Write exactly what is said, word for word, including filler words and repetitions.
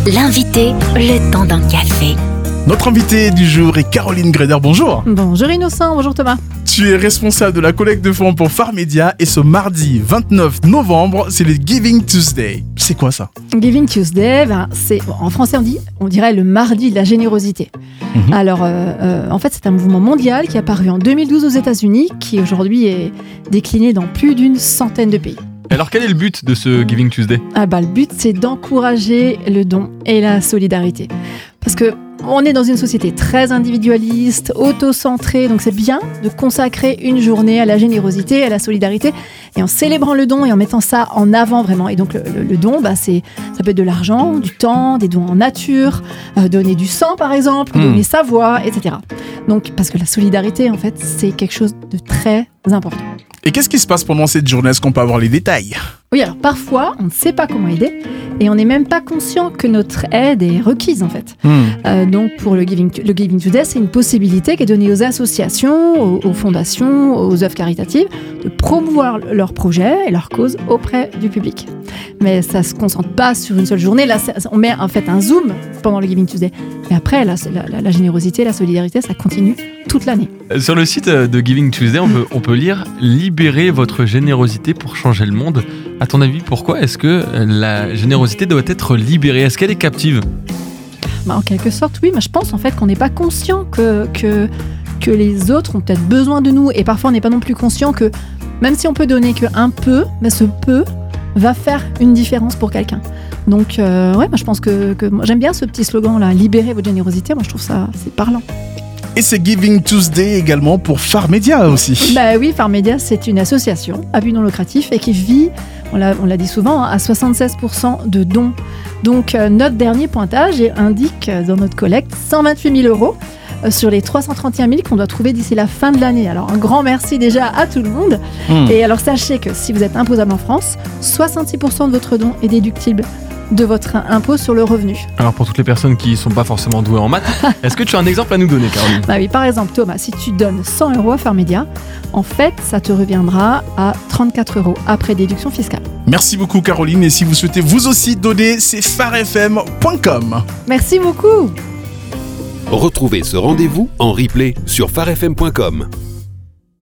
L'invité, le temps d'un café. Notre invitée du jour est Caroline Greder. Bonjour. Bonjour Innocent, bonjour Thomas. Tu es responsable de la collecte de fonds pour Farmedia et ce mardi vingt-neuf novembre, c'est le Giving Tuesday. C'est quoi ça ? Giving Tuesday, ben, c'est, en français on dit, on dirait le mardi de la générosité. Mmh. Alors, euh, euh, en fait, c'est un mouvement mondial qui est apparu en deux mille douze aux États-Unis, qui aujourd'hui est décliné dans plus d'une centaine de pays. Alors, quel est le but de ce Giving Tuesday ? Ah bah, le but, c'est d'encourager le don et la solidarité. Parce que on est dans une société très individualiste, auto-centrée, donc c'est bien de consacrer une journée à la générosité, à la solidarité, et en célébrant le don et en mettant ça en avant vraiment. Et donc le, le, le don, bah c'est, ça peut être de l'argent, du temps, des dons en nature, euh, donner du sang par exemple, mmh. donner sa voix, et cetera. Donc parce que la solidarité, en fait, c'est quelque chose de très important. Et qu'est-ce qui se passe pendant cette journée ? Est-ce qu'on peut avoir les détails ? Oui, alors parfois, on ne sait pas comment aider et on n'est même pas conscient que notre aide est requise en fait. Mmh. Euh, donc pour le Giving, le Giving Tuesday, c'est une possibilité qui est donnée aux associations, aux, aux fondations, aux œuvres caritatives de promouvoir leurs projets et leurs causes auprès du public. Mais ça ne se concentre pas sur une seule journée. Là, on met en fait un zoom pendant le Giving Tuesday. Mais après, la, la, la générosité, la solidarité, ça continue toute l'année. Sur le site de Giving Tuesday, on peut, on peut lire « Libérez votre générosité pour changer le monde ». À ton avis, pourquoi est-ce que la générosité doit être libérée ? Est-ce qu'elle est captive ? Bah, en quelque sorte, oui. Mais je pense en fait qu'on n'est pas conscient que, que, que les autres ont peut-être besoin de nous. Et parfois, on n'est pas non plus conscient que même si on peut donner qu'un peu, mais ce peu va faire une différence pour quelqu'un. Donc, euh, ouais, bah, je pense que, que moi, j'aime bien ce petit slogan-là, « Libérez votre générosité ». Moi, je trouve ça, c'est parlant. Et c'est Giving Tuesday également pour Farmedia aussi. Bah oui, Farmedia, c'est une association à but non lucratif et qui vit, on l'a, on l'a dit souvent, à soixante-seize pour cent de dons. Donc euh, notre dernier pointage indique euh, dans notre collecte cent vingt-huit mille euros euh, sur les trois cent trente et un mille qu'on doit trouver d'ici la fin de l'année. Alors un grand merci déjà à tout le monde. Mmh. Et alors sachez que si vous êtes imposable en France, soixante-six pour cent de votre don est déductible de votre impôt sur le revenu. Alors pour toutes les personnes qui ne sont pas forcément douées en maths, est-ce que tu as un exemple à nous donner, Caroline ? Bah oui, par exemple, Thomas, si tu donnes cent euros à Farmedia, en fait, ça te reviendra à trente-quatre euros après déduction fiscale. Merci beaucoup, Caroline. Et si vous souhaitez vous aussi donner, c'est phare f m point com. Merci beaucoup. Retrouvez ce rendez-vous en replay sur phare f m point com.